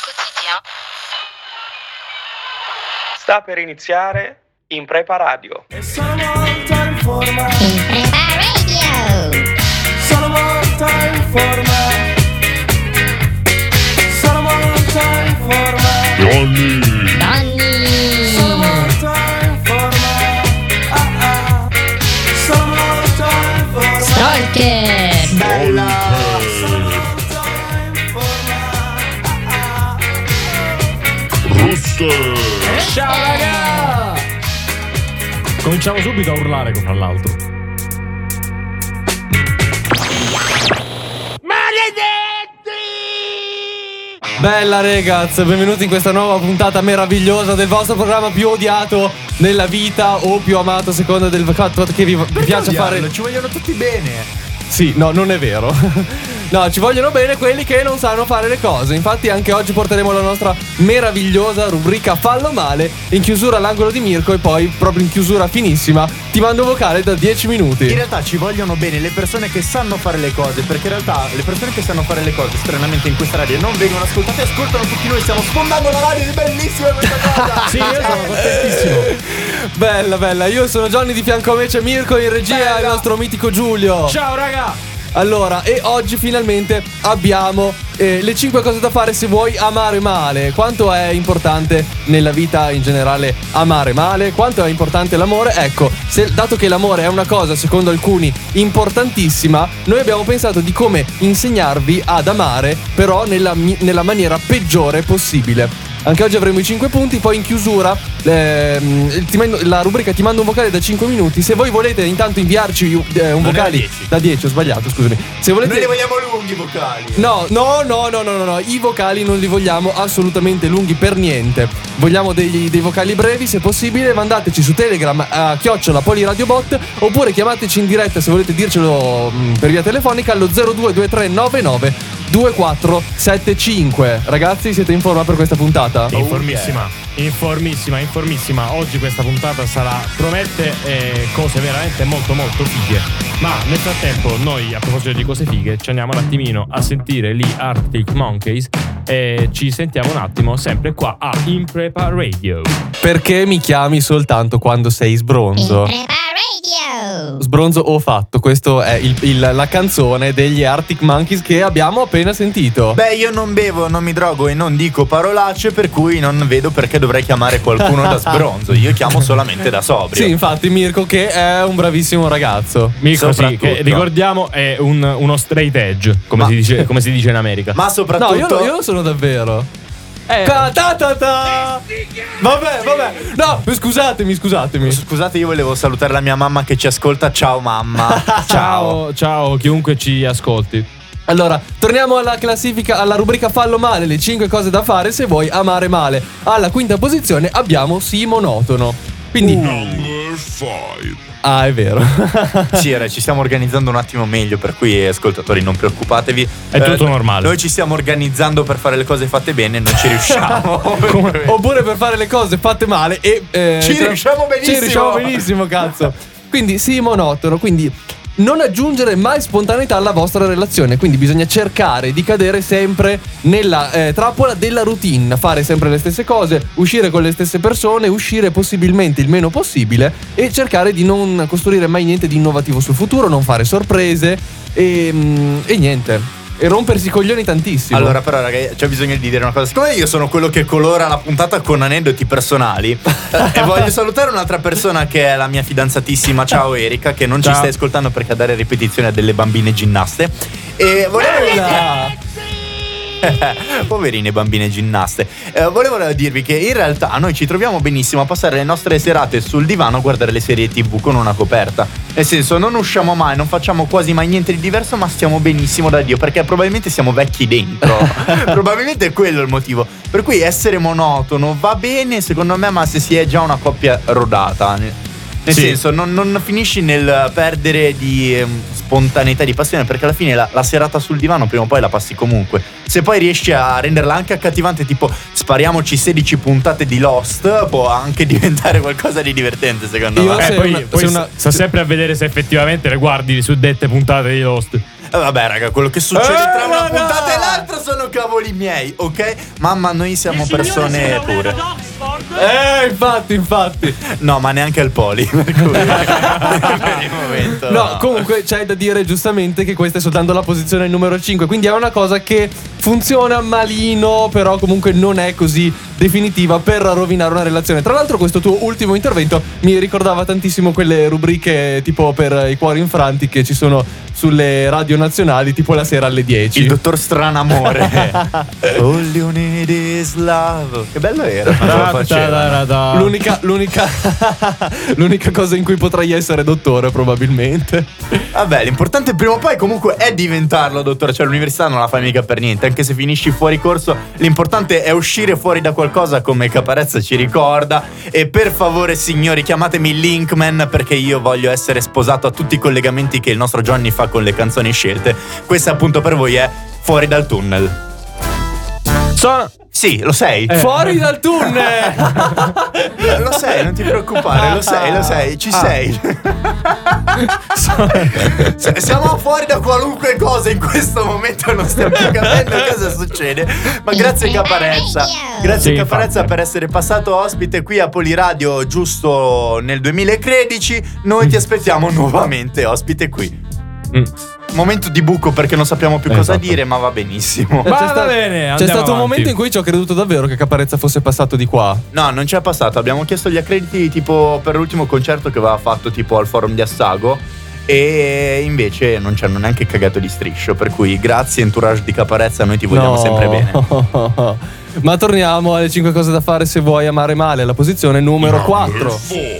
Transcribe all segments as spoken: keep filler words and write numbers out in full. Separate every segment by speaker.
Speaker 1: quotidien.
Speaker 2: Sta per iniziare In Prepa Radio.
Speaker 3: E sono molto in forma.
Speaker 4: In Prepa Radio.
Speaker 3: Sono molto in forma. Sono molto in forma.
Speaker 5: Johnny.
Speaker 4: Johnny.
Speaker 3: Sono molto in forma. Ah ah. Sono molto in forma.
Speaker 4: Stalker.
Speaker 3: Bella. Sono molto in forma. Ah ah.
Speaker 5: Rooster.
Speaker 6: Ciao raga! Cominciamo subito a urlare tra l'altro.
Speaker 7: Bella ragazzi, benvenuti in questa nuova puntata meravigliosa del vostro programma più odiato nella vita o più amato a seconda del fatto che vi, vi piace fare.
Speaker 8: Ci vogliono tutti bene.
Speaker 7: Sì, no, non è vero. No, ci vogliono bene quelli che non sanno fare le cose. Infatti anche oggi porteremo la nostra meravigliosa rubrica Fallo Male, in chiusura all'angolo di Mirko e poi proprio in chiusura finissima ti mando un vocale da dieci minuti.
Speaker 8: In realtà ci vogliono bene le persone che sanno fare le cose, perché in realtà le persone che sanno fare le cose stranamente in questa radio non vengono ascoltate, ascoltano tutti noi, stiamo sfondando la radio, è bellissima questa cosa.
Speaker 6: Sì, io sono contentissimo.
Speaker 7: Bella, bella, io sono Johnny, di fianco a me c'è Mirko, in regia
Speaker 8: Bella.
Speaker 7: il nostro mitico Giulio.
Speaker 6: Ciao raga!
Speaker 7: Allora, e oggi finalmente abbiamo eh, le cinque cose da fare se vuoi amare male. Quanto è importante nella vita in generale amare male? Quanto è importante l'amore? Ecco, se, dato che l'amore è una cosa, secondo alcuni, importantissima, noi abbiamo pensato di come insegnarvi ad amare, però nella, nella maniera peggiore possibile. Anche oggi avremo i cinque punti, poi in chiusura ehm, ti mando, la rubrica Ti mando un vocale da cinque minuti. Se voi volete intanto inviarci eh, un
Speaker 8: Non
Speaker 7: vocale
Speaker 8: era dieci.
Speaker 7: da dieci, ho sbagliato, scusami. Se volete
Speaker 8: Noi li vogliamo lunghi i vocali.
Speaker 7: No, no, no, no, no, no, no, i vocali non li vogliamo assolutamente lunghi per niente. Vogliamo dei, dei vocali brevi, se possibile. Mandateci su Telegram a chiocciola Poliradiobot, oppure chiamateci in diretta se volete dircelo mh, per via telefonica allo zero due due tre nove nove due quattro sette cinque. Ragazzi, siete in forma per questa puntata?
Speaker 6: Informissima, informissima, informissima. Oggi questa puntata sarà, promette eh, cose veramente molto molto fighe. Ma nel frattempo noi, a proposito di cose fighe, ci andiamo un attimino a sentire gli Arctic Monkeys e ci sentiamo un attimo sempre qua a In Prepa Radio.
Speaker 7: Perché mi chiami soltanto quando sei sbronzo?
Speaker 4: In Prepa Radio.
Speaker 7: Sbronzo o fatto, questo è il, il, la canzone degli Arctic Monkeys che abbiamo appena sentito.
Speaker 8: Beh, io non bevo, non mi drogo e non dico parolacce, per cui non vedo perché dovrei chiamare qualcuno da sbronzo. Io chiamo solamente da sobrio.
Speaker 7: Sì, infatti Mirko, che è un bravissimo ragazzo.
Speaker 6: Mirko, sì,
Speaker 8: Soprattutto.
Speaker 6: che ricordiamo è un, uno straight edge, come,
Speaker 8: Ma-
Speaker 6: si dice, come si dice in America.
Speaker 8: Ma
Speaker 7: No,
Speaker 8: soprattutto
Speaker 7: io, io lo sono davvero.
Speaker 6: Eh,
Speaker 7: Ta ta ta ta. Vabbè, vabbè. No, scusatemi, scusatemi.
Speaker 8: Scusate, io volevo salutare la mia mamma che ci ascolta. Ciao mamma.
Speaker 6: ciao, ciao, chiunque ci ascolti.
Speaker 7: Allora, torniamo alla classifica, alla rubrica Fallo Male, le cinque cose da fare se vuoi amare male. Alla quinta posizione abbiamo Sii monotono. Quindi
Speaker 5: Number five.
Speaker 7: Ah, è vero.
Speaker 8: Sì, ora ci stiamo organizzando un attimo meglio, per cui ascoltatori non preoccupatevi.
Speaker 6: È tutto normale.
Speaker 8: Noi ci stiamo organizzando per fare le cose fatte bene e non ci riusciamo.
Speaker 7: Come- Oppure per fare le cose fatte male e eh,
Speaker 8: Ci
Speaker 7: cioè-
Speaker 8: riusciamo benissimo.
Speaker 7: Ci riusciamo benissimo, cazzo. Quindi sii monotono, quindi non aggiungere mai spontaneità alla vostra relazione. Quindi bisogna cercare di cadere sempre nella eh, trappola della routine, fare sempre le stesse cose, uscire con le stesse persone, uscire possibilmente il meno possibile e cercare di non costruire mai niente di innovativo sul futuro, non fare sorprese e, mm, e niente. E rompersi i coglioni tantissimo.
Speaker 8: Allora, però, ragazzi, c'è bisogno di dire una cosa. Siccome io sono quello che colora la puntata con aneddoti personali, eh, e voglio salutare un'altra persona che è la mia fidanzatissima. Ciao Erika, che non
Speaker 6: Ciao.
Speaker 8: ci stai ascoltando perché a dare ripetizione a delle bambine ginnaste. E volevo
Speaker 7: Bella!
Speaker 8: Poverine bambine ginnaste. eh, Volevo dirvi che in realtà noi ci troviamo benissimo a passare le nostre serate sul divano a guardare le serie tv con una coperta. Nel senso, non usciamo mai, non facciamo quasi mai niente di diverso, ma stiamo benissimo da Dio, perché probabilmente siamo vecchi dentro. Probabilmente è quello il motivo. Per cui essere monotono va bene secondo me, ma se si è già una coppia rodata. Nel
Speaker 6: Sì.
Speaker 8: senso, non, non finisci nel perdere di ehm, spontaneità, di passione, perché alla fine la, la serata sul divano prima o poi la passi comunque. Se poi riesci a renderla anche accattivante, tipo spariamoci sedici puntate di Lost, può anche diventare qualcosa di divertente, secondo
Speaker 7: Io
Speaker 8: me.
Speaker 6: Eh,
Speaker 7: se
Speaker 6: poi
Speaker 7: una-
Speaker 6: poi
Speaker 7: se una-
Speaker 6: sta sempre a vedere se effettivamente le guardi su dette puntate di Lost.
Speaker 8: Eh, Vabbè, raga, quello che succede
Speaker 7: Eh,
Speaker 8: tra una
Speaker 7: no,
Speaker 8: puntata
Speaker 7: no.
Speaker 8: e l'altra sono cavoli miei, ok? Mamma, noi siamo persone pure.
Speaker 7: Eh, infatti, infatti.
Speaker 8: No, ma neanche al poli. Per cui per il momento.
Speaker 7: No, comunque c'è da dire giustamente che questa è soltanto la posizione numero cinque. Quindi è una cosa che funziona malino, però comunque non è così definitiva per rovinare una relazione. Tra l'altro questo tuo ultimo intervento mi ricordava tantissimo quelle rubriche tipo per i cuori infranti che ci sono sulle radio nazionali, tipo la sera alle dieci.
Speaker 8: Il dottor Stranamore. All you need is love. Che bello era quando lo faceva.
Speaker 7: L'unica, l'unica, l'unica cosa in cui potrai essere dottore probabilmente.
Speaker 8: Vabbè, l'importante prima o poi comunque è diventarlo, dottore. Cioè l'università non la fai mica per niente. Anche se finisci fuori corso, l'importante è uscire fuori da qualcosa, come Caparezza ci ricorda. E per favore, signori, chiamatemi Linkman, perché io voglio essere sposato a tutti i collegamenti che il nostro Johnny fa con le canzoni scelte. Questa appunto per voi è Fuori dal tunnel.
Speaker 6: Sono...
Speaker 8: Sì, lo sei.
Speaker 7: Fuori dal tunnel.
Speaker 8: Lo sei, non ti preoccupare, lo sei, lo sei, ci sei. S- Siamo fuori da qualunque cosa in questo momento, non stiamo più capendo cosa succede. Ma grazie Caparezza. Grazie
Speaker 6: Sì,
Speaker 8: Caparezza
Speaker 6: infatti.
Speaker 8: per essere passato ospite qui a Poliradio giusto nel duemilatredici. Noi ti aspettiamo nuovamente ospite qui.
Speaker 6: Mm.
Speaker 8: Momento di buco perché non sappiamo più
Speaker 6: Eh,
Speaker 8: cosa
Speaker 6: esatto.
Speaker 8: dire, ma va benissimo.
Speaker 6: Ma
Speaker 7: C'è
Speaker 6: va
Speaker 7: sta-
Speaker 6: bene,
Speaker 7: C'è
Speaker 6: andiamo
Speaker 7: stato un
Speaker 6: avanti.
Speaker 7: momento in cui ci ho creduto davvero che Caparezza fosse passato di qua.
Speaker 8: No, non c'è passato. Abbiamo chiesto gli accrediti tipo per l'ultimo concerto che aveva fatto tipo al forum di Assago. E invece non ci hanno neanche cagato di striscio. Per cui grazie entourage di Caparezza, noi ti vogliamo
Speaker 7: No.
Speaker 8: sempre bene.
Speaker 7: Ma torniamo alle cinque cose da fare se vuoi amare male, alla posizione numero quattro.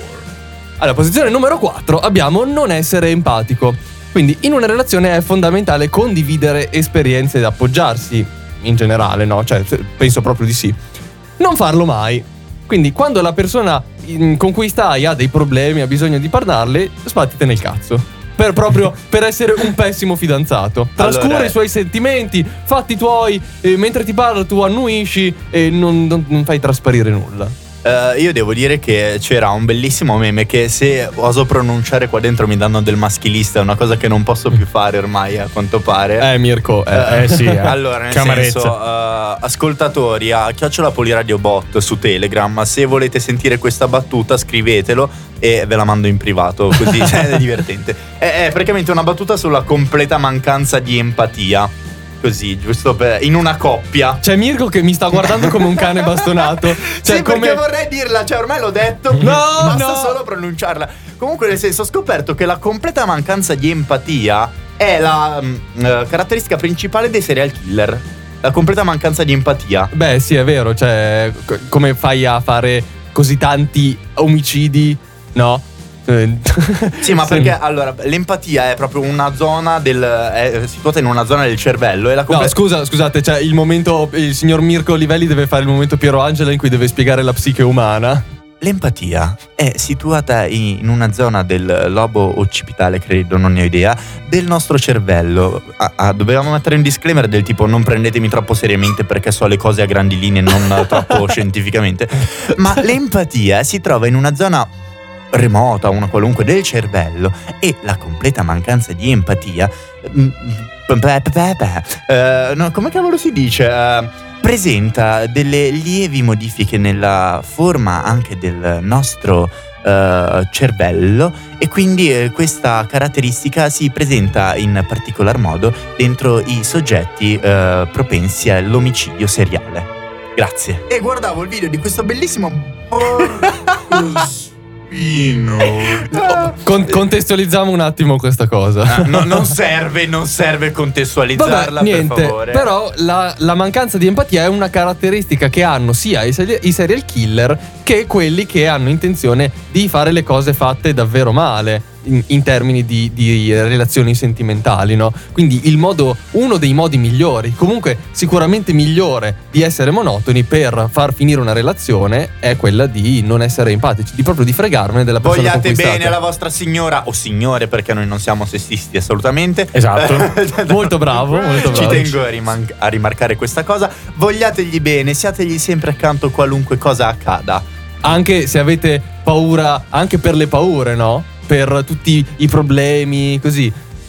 Speaker 7: Alla posizione numero quattro abbiamo non essere empatico. Quindi in una relazione è fondamentale condividere esperienze ed appoggiarsi, in generale, no? Cioè, penso proprio di sì. Non farlo mai. Quindi quando la persona in- con cui stai ha dei problemi, ha bisogno di parlarle, sbattite nel cazzo. Per proprio per essere un pessimo fidanzato. Trascura
Speaker 8: Allora-
Speaker 7: i suoi sentimenti, fatti tuoi, e mentre ti parla tu annuisci e non, non- non fai trasparire nulla.
Speaker 8: Eh, io devo dire che c'era un bellissimo meme che se oso pronunciare qua dentro mi danno del maschilista. È una cosa che non posso più fare ormai, a quanto pare.
Speaker 7: Eh Mirko, eh.
Speaker 6: Eh sì, eh.
Speaker 8: Allora, nel
Speaker 6: Camarezza.
Speaker 8: senso, eh, ascoltatori a chiocciola Poliradio Bot su Telegram, se volete sentire questa battuta scrivetelo e ve la mando in privato, così è divertente. È, è praticamente una battuta sulla completa mancanza di empatia. Così, giusto per, in una coppia.
Speaker 7: C'è Mirko che mi sta guardando come un cane bastonato. Cioè,
Speaker 8: sì,
Speaker 7: come...
Speaker 8: perché vorrei dirla, cioè ormai l'ho detto.
Speaker 7: No,
Speaker 8: basta
Speaker 7: no.
Speaker 8: solo pronunciarla. Comunque, nel senso, ho scoperto che la completa mancanza di empatia è la mm, eh, caratteristica principale dei serial killer. La completa mancanza di empatia.
Speaker 7: Beh, sì, è vero. Cioè, co- come fai a fare così tanti omicidi, no? Eh,
Speaker 8: Sì, ma
Speaker 7: Sì.
Speaker 8: perché allora l'empatia è proprio una zona del. È situata in una zona del cervello. E la
Speaker 7: No,
Speaker 8: comple-
Speaker 7: scusa, scusate, cioè il momento. Il signor Mirko Livelli deve fare il momento Piero Angela in cui deve spiegare la psiche umana.
Speaker 8: L'empatia è situata in in una zona del lobo occipitale, credo, non ne ho idea, del nostro cervello. Ah, ah, dovevamo mettere un disclaimer del tipo non prendetemi troppo seriamente perché so le cose a grandi linee, non troppo scientificamente. Ma l'empatia si trova in una zona remota, una qualunque del cervello, e la completa mancanza di empatia mm, pe- pe- pe- pe- eh, no, come cavolo si dice? Eh, presenta delle lievi modifiche nella forma anche del nostro eh, cervello, e quindi eh, questa caratteristica si presenta in particolar modo dentro i soggetti eh, propensi all'omicidio seriale. Grazie. E guardavo il video di questo bellissimo
Speaker 7: Con- contestualizziamo un attimo questa cosa.
Speaker 8: Ah, no, non serve, non serve contestualizzarla.
Speaker 7: Vabbè, niente,
Speaker 8: per favore.
Speaker 7: però la, la mancanza di empatia è una caratteristica che hanno sia i, seri- i serial killer che quelli che hanno intenzione di fare le cose fatte davvero male. In, in termini di, di relazioni sentimentali, no? Quindi il modo, uno dei modi migliori, comunque sicuramente migliore di essere monotoni per far finire una relazione è quella di non essere empatici, di proprio di fregarmene della persona con
Speaker 8: Vogliate
Speaker 7: cui state.
Speaker 8: bene la vostra signora o signore, perché noi non siamo sessisti assolutamente.
Speaker 6: Esatto.
Speaker 7: Molto bravo, molto
Speaker 8: Ci
Speaker 7: bravo.
Speaker 8: tengo a, riman- a rimarcare questa cosa. Vogliategli bene, siategli sempre accanto qualunque cosa accada.
Speaker 7: Anche se avete paura, anche per le paure, no? Per tutti i problemi, così.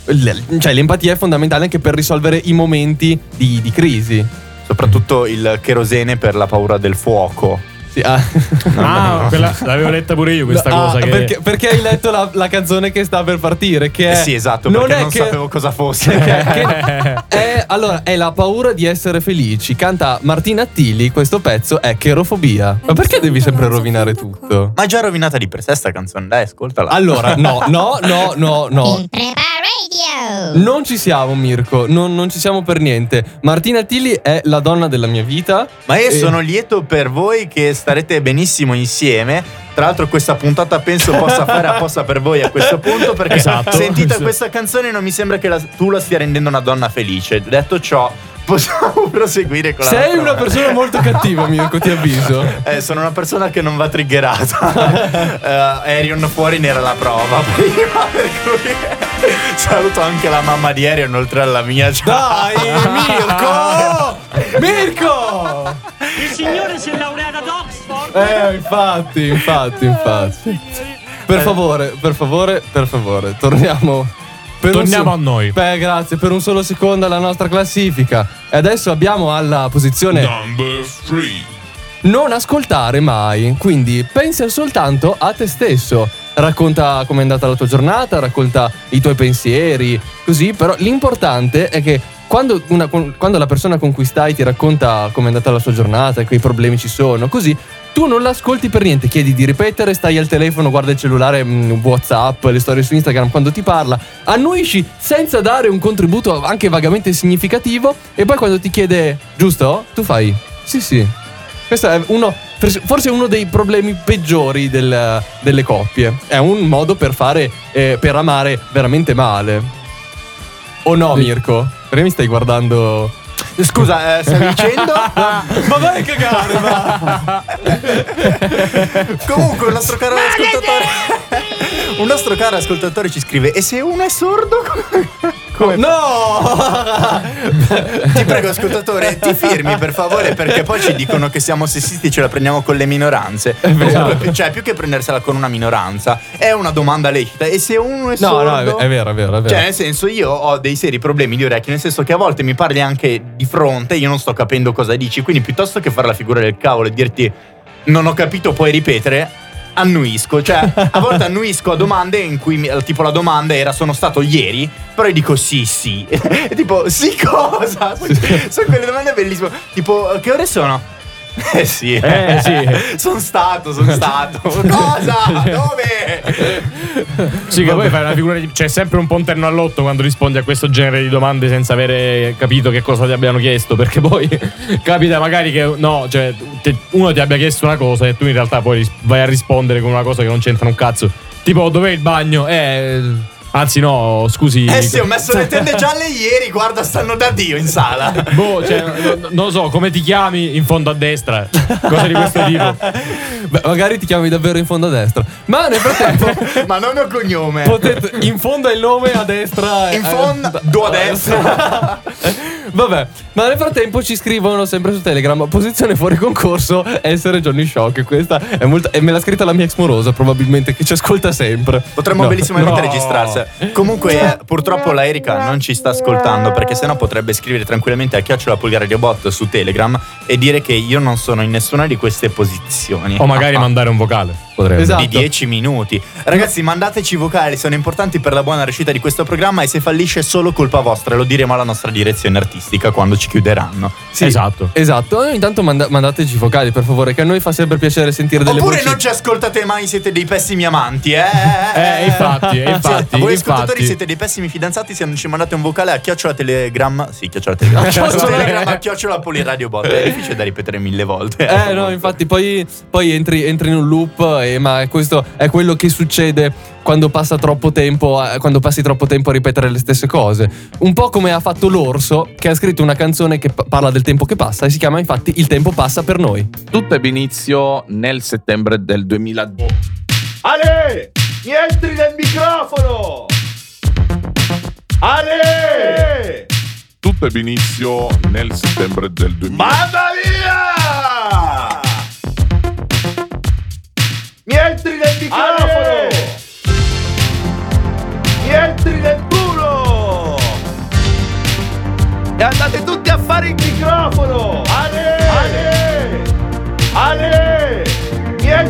Speaker 7: l- cioè l'empatia è fondamentale anche per risolvere i momenti di, di crisi.
Speaker 8: Soprattutto il cherosene per la paura del fuoco.
Speaker 7: Sì, ah.
Speaker 6: Ah, quella l'avevo letta pure io questa
Speaker 7: Ah,
Speaker 6: cosa che
Speaker 7: perché, perché hai letto la, la canzone che sta per partire? Che è,
Speaker 8: Eh sì, esatto,
Speaker 7: non
Speaker 8: perché
Speaker 7: è
Speaker 8: non
Speaker 7: che-
Speaker 8: sapevo cosa fosse.
Speaker 7: che- che- è, allora, è la paura di essere felici. Canta Martina Attili. Questo pezzo è Cherofobia. Ma perché devi sempre rovinare tutto?
Speaker 8: Ma è già rovinata di per sé sta canzone, dai, ascoltala.
Speaker 7: Allora, no, no, no, no, no.
Speaker 4: Imprepa Radio.
Speaker 7: Non ci siamo, Mirko. Non, non ci siamo per niente. Martina Attili è la donna della mia vita.
Speaker 8: Ma io
Speaker 7: E-
Speaker 8: sono lieto per voi che starete benissimo insieme. Tra l'altro questa puntata penso possa fare apposta per voi a questo punto, perché
Speaker 6: Esatto.
Speaker 8: sentita
Speaker 6: Sì.
Speaker 8: questa canzone non mi sembra che la- tu la stia rendendo una donna felice. Detto ciò, possiamo proseguire con la
Speaker 7: Sei
Speaker 8: nostra-
Speaker 7: una persona molto cattiva, Mirko, ti avviso.
Speaker 8: Eh, sono una persona che non va triggerata. Eh, Arion fuori ne era la prova prima, per cui saluto anche la mamma di Arion oltre alla mia. Ciao.
Speaker 7: Dai, Mirko! Mirko!
Speaker 1: Il signore si è laureato ad Oxford.
Speaker 7: Eh, infatti, infatti, infatti. Per favore, per favore, per favore, torniamo. per un
Speaker 6: Torniamo
Speaker 7: so-
Speaker 6: a noi.
Speaker 7: Beh, grazie, per un solo secondo alla nostra classifica. E adesso abbiamo alla posizione
Speaker 5: Number three.
Speaker 7: non ascoltare mai. Quindi pensa soltanto a te stesso. Racconta com'è andata la tua giornata, racconta i tuoi pensieri, così. Però l'importante è che quando, una- quando la persona con cui stai ti racconta com'è andata la sua giornata e che i problemi ci sono, così, tu non l'ascolti per niente, chiedi di ripetere, stai al telefono, guarda il cellulare, mh, WhatsApp, le storie su Instagram quando ti parla, annuisci senza dare un contributo anche vagamente significativo e poi quando ti chiede giusto, tu fai sì sì. Questo è uno, forse uno dei problemi peggiori del- delle coppie. È un modo per fare, eh, per amare veramente male. O no, Mirko? Perché mi stai guardando?
Speaker 8: Scusa, eh, stavi dicendo?
Speaker 7: Ma vai a cagare, ma!
Speaker 8: Comunque, un nostro caro ascoltatore. Un nostro caro ascoltatore ci scrive: e se uno è sordo? Come?
Speaker 7: No!
Speaker 8: Ti prego, ascoltatore, ti firmi per favore, perché poi ci dicono che siamo sessisti e ce la prendiamo con le minoranze. Comunque, cioè, più che prendersela con una minoranza, è una domanda lecita. E se uno è
Speaker 7: No,
Speaker 8: sordo?
Speaker 7: no, è è vero, è vero, è vero.
Speaker 8: Cioè, nel senso, io ho dei seri problemi di orecchie, nel senso che a volte mi parli anche di fronte, io non sto capendo cosa dici, quindi piuttosto che fare la figura del cavolo e dirti non ho capito, puoi ripetere, annuisco. Cioè, a volte annuisco a domande in cui mi- tipo la domanda era sono stato ieri, però io dico sì, sì. E tipo, sì cosa? Sono quelle domande bellissime. Tipo, che ore sono? Eh sì,
Speaker 6: Eh, sì.
Speaker 8: Sono stato, sono stato. Cosa? Dove?
Speaker 6: Sì, che poi fai una figura di. C'è sempre un ponterno all'otto quando rispondi a questo genere di domande senza avere capito che cosa ti abbiano chiesto. Perché poi capita magari che no, cioè te- uno ti abbia chiesto una cosa e tu in realtà poi ris- vai a rispondere con una cosa che non c'entra un cazzo. Tipo, dov'è il bagno? Eh. Anzi, no, scusi.
Speaker 8: Eh sì, ho messo le tende gialle ieri, guarda, stanno da Dio in sala.
Speaker 6: Boh, cioè, no- non lo so, come ti chiami in fondo a destra? Cose di questo tipo.
Speaker 7: Beh, magari ti chiami davvero in fondo a destra. Ma nel frattempo
Speaker 8: Ma non ho cognome.
Speaker 7: potete in fondo è il nome, a destra
Speaker 8: In
Speaker 7: eh,
Speaker 8: fondo, do a destra.
Speaker 7: Vabbè, ma nel frattempo ci scrivono sempre su Telegram: posizione fuori concorso, essere Johnny Shock. Questa è molto. E me l'ha scritta la mia ex morosa, probabilmente, che ci ascolta sempre.
Speaker 8: Potremmo
Speaker 7: No.
Speaker 8: bellissimamente
Speaker 7: No.
Speaker 8: registrarsi. Comunque, eh, purtroppo la Erika non ci sta ascoltando, perché sennò potrebbe scrivere tranquillamente a chiocciola Polgaradiobot su Telegram e dire che io non sono in nessuna di queste posizioni.
Speaker 6: O magari
Speaker 8: Ah,
Speaker 6: mandare un vocale.
Speaker 7: Potrebbe. Esatto.
Speaker 8: di dieci minuti. Ragazzi, mandateci vocali, sono importanti per la buona riuscita di questo programma e se fallisce è solo colpa vostra, lo diremo alla nostra direzione artistica quando ci chiuderanno.
Speaker 7: Sì,
Speaker 6: Esatto.
Speaker 7: Esatto. Intanto manda- mandateci vocali, per favore, che a noi fa sempre piacere sentire delle
Speaker 8: Oppure
Speaker 7: voci.
Speaker 8: non ci ascoltate mai, siete dei pessimi amanti, eh?
Speaker 6: Eh, infatti, eh, infatti,
Speaker 8: Voi
Speaker 6: infatti.
Speaker 8: ascoltatori siete dei pessimi fidanzati se non ci mandate un vocale a chiocciola telegram. Sì, chiocciola telegram. Su telegram a chiocciola poliradiobot. È difficile da ripetere mille volte.
Speaker 7: Eh no, infatti poi, poi entri, entri in un loop, e, ma questo è quello che succede quando passa troppo tempo, eh, quando passi troppo tempo a ripetere le stesse cose. Un po' come ha fatto l'Orso, che ha scritto una canzone che pa- parla del tempo che passa e si chiama infatti Il tempo passa per noi.
Speaker 9: Tutto ebbe inizio nel settembre del duemiladue.
Speaker 10: Ale! Mi entri nel microfono! Ale!
Speaker 5: Tutto ebbe inizio nel settembre del duemila.
Speaker 10: Mamma mia! Mi entri nel microfono! Mi entri nel culo!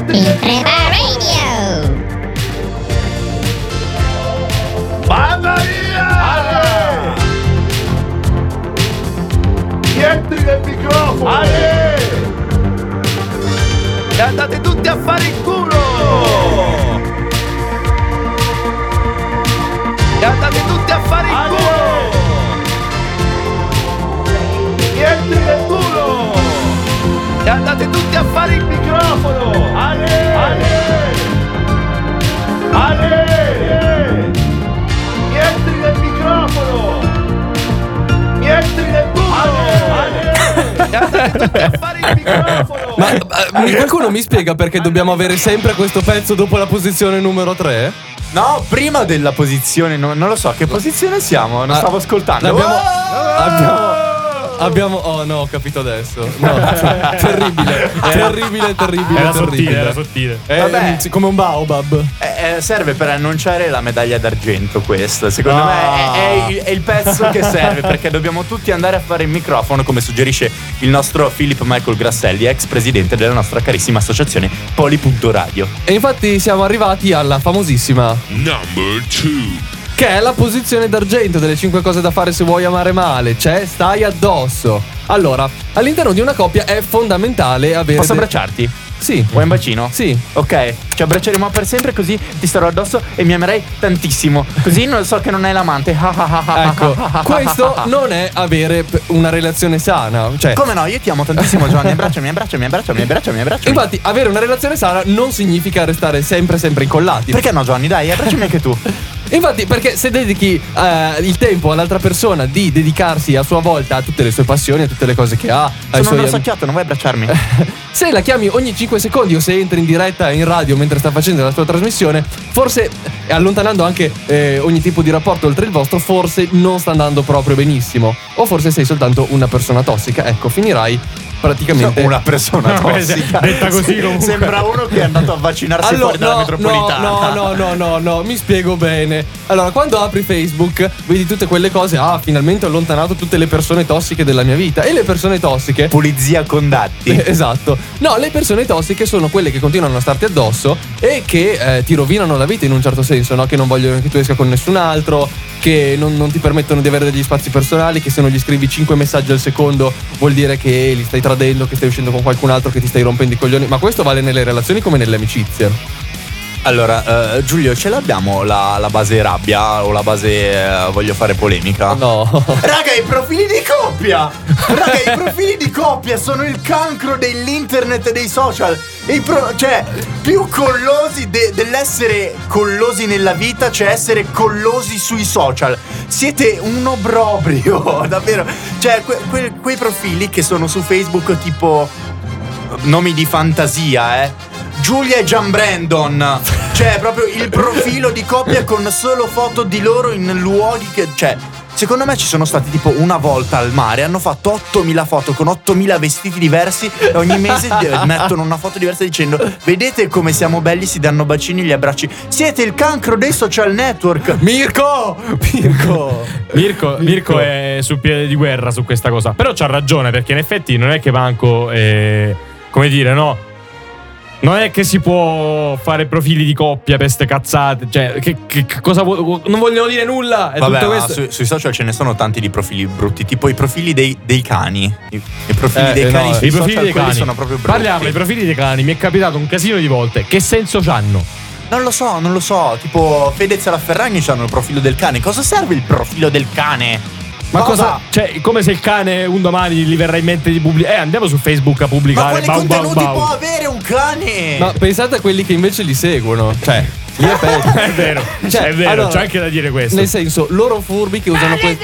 Speaker 4: Imprepa Radio.
Speaker 10: Mamma mia! Entri nel microfono! Ale!
Speaker 8: E andate tutti a fare il culo! E andate tutti a fare il culo!
Speaker 10: Entri nel culo!
Speaker 8: E andate tutti a fare il
Speaker 10: microfono! Ale! Ale! Ale! Entri nel microfono! Entri nel culo! Ale!
Speaker 8: E andate tutti a fare il microfono!
Speaker 7: Ma eh, qualcuno mi spiega perché dobbiamo avere sempre questo pezzo dopo la posizione numero tre?
Speaker 8: No, prima della posizione, no, non lo so, che posizione siamo? Non
Speaker 7: Ah,
Speaker 8: stavo ascoltando.
Speaker 7: Abbiamo,
Speaker 8: Oh!
Speaker 7: abbiamo, abbiamo. Oh no, ho capito adesso. No, terribile, terribile, terribile.
Speaker 6: Era
Speaker 7: terribile.
Speaker 6: sottile, era sottile.
Speaker 7: È
Speaker 8: Vabbè.
Speaker 7: mm, come un baobab.
Speaker 8: Eh, eh, serve per annunciare la medaglia d'argento questa. Secondo
Speaker 7: Ah.
Speaker 8: me è, è il, è il pezzo che serve, perché dobbiamo tutti andare a fare il microfono, come suggerisce il nostro Philip Michael Grasselli, ex presidente della nostra carissima associazione Poli.radio.
Speaker 7: E infatti siamo arrivati alla famosissima,
Speaker 5: Number two.
Speaker 7: che è la posizione d'argento delle cinque cose da fare se vuoi amare male. C'è stai addosso. Allora, all'interno di una coppia è fondamentale avere.
Speaker 8: Posso
Speaker 7: de-
Speaker 8: abbracciarti?
Speaker 7: Sì.
Speaker 8: Vuoi un bacino?
Speaker 7: Sì.
Speaker 8: Ok, ci abbracceremo per sempre, così ti starò addosso e mi amerai tantissimo. Così non so che non è l'amante.
Speaker 7: Ecco, questo non è avere p- una relazione sana. Cioè,
Speaker 8: Come no? Io ti amo tantissimo, Giovanni. Abbracciami, abbracciami, abbracciami, abbracciami, abbracciami.
Speaker 7: infatti, avere una relazione sana non significa restare sempre, sempre incollati.
Speaker 8: Perché no, Giovanni? Dai, abbracciami anche tu.
Speaker 7: Infatti, perché se dedichi eh, il tempo all'altra persona di dedicarsi a sua volta a tutte le sue passioni, a tutte le cose che ha, ai
Speaker 8: Sono
Speaker 7: suoi
Speaker 8: un
Speaker 7: am-
Speaker 8: sacchiotto, non vuoi abbracciarmi?
Speaker 7: se la chiami ogni cinque secondi o se entri in diretta in radio mentre sta facendo la sua trasmissione, forse eh, allontanando anche eh, ogni tipo di rapporto oltre il vostro, forse non sta andando proprio benissimo. O forse sei soltanto una persona tossica. Ecco, finirai praticamente
Speaker 8: Una persona
Speaker 6: No,
Speaker 8: tossica.
Speaker 6: detta così comunque.
Speaker 8: Sembra uno che è andato a vaccinarsi
Speaker 7: Allora,
Speaker 8: fuori dalla
Speaker 7: no,
Speaker 8: metropolitana.
Speaker 7: no, no, no, no, no, mi spiego bene. Allora, quando apri Facebook, vedi tutte quelle cose. Ah, finalmente ho allontanato tutte le persone tossiche della mia vita. E le persone tossiche.
Speaker 8: Pulizia condatti.
Speaker 7: Eh, Esatto. No, le persone tossiche sono quelle che continuano a starti addosso e che eh, ti rovinano la vita in un certo senso, no? Che non vogliono che tu esca con nessun altro, che non, non ti permettono di avere degli spazi personali, che se non gli scrivi cinque messaggi al secondo vuol dire che li stai tradendo, che stai uscendo con qualcun altro, che ti stai rompendo i coglioni. Ma questo vale nelle relazioni come nelle amicizie.
Speaker 8: Allora, eh, Giulio, ce l'abbiamo la, la base rabbia o la base eh, voglio fare polemica?
Speaker 7: No.
Speaker 8: Raga, i profili di coppia! Raga, i profili di coppia sono il cancro dell'internet e dei social. I pro- cioè, più collosi de- dell'essere collosi nella vita, cioè essere collosi sui social. Siete un obbrobrio, davvero. Cioè, que- que- quei profili che sono su Facebook tipo nomi di fantasia, eh. Giulia e Gian Brandon. Cioè, proprio il profilo di coppia con solo foto di loro in luoghi che, cioè, secondo me ci sono stati tipo una volta al mare, hanno fatto ottomila foto con ottomila vestiti diversi e ogni mese mettono una foto diversa dicendo: vedete come siamo belli, si danno bacini e gli abbracci. Siete il cancro dei social network.
Speaker 7: Mirko! Mirko!
Speaker 6: Mirko, Mirko è sul piede di guerra su questa cosa. Però c'ha ragione, perché in effetti non è che manco eh, come dire, no? Non è che si può fare profili di coppia per ste cazzate. Cioè, che, che- che cosa vuoi? Non vogliono dire nulla. È
Speaker 8: Vabbè,
Speaker 6: tutto
Speaker 8: ma
Speaker 6: questo.
Speaker 8: su- sui social ce ne sono tanti di profili brutti, tipo i profili dei, dei cani. I, i profili
Speaker 7: Eh,
Speaker 8: dei
Speaker 7: eh,
Speaker 8: cani
Speaker 7: no,
Speaker 8: sui
Speaker 6: I profili
Speaker 8: social,
Speaker 6: dei
Speaker 8: quelli
Speaker 6: cani
Speaker 8: sono proprio brutti.
Speaker 6: Parliamo dei profili dei cani. Mi è capitato un casino di volte. Che senso c'hanno?
Speaker 8: Non lo so, non lo so. Tipo Fedez e la Ferragni hanno il profilo del cane. Cosa serve il profilo del cane?
Speaker 6: Ma cosa? Cioè, come se il cane un domani gli verrà in mente di pubblicare. Eh, andiamo su Facebook a
Speaker 8: Ma
Speaker 6: pubblicare.
Speaker 8: quali
Speaker 6: bau, bau,
Speaker 8: contenuti
Speaker 6: bau.
Speaker 8: può avere un cane?
Speaker 7: Ma pensate a quelli che invece li seguono. Cioè, lì è peggio.
Speaker 6: È vero,
Speaker 7: Cioè,
Speaker 6: è vero,
Speaker 7: allora,
Speaker 6: c'è anche da dire questo.
Speaker 7: Nel senso, loro furbi che usano questo.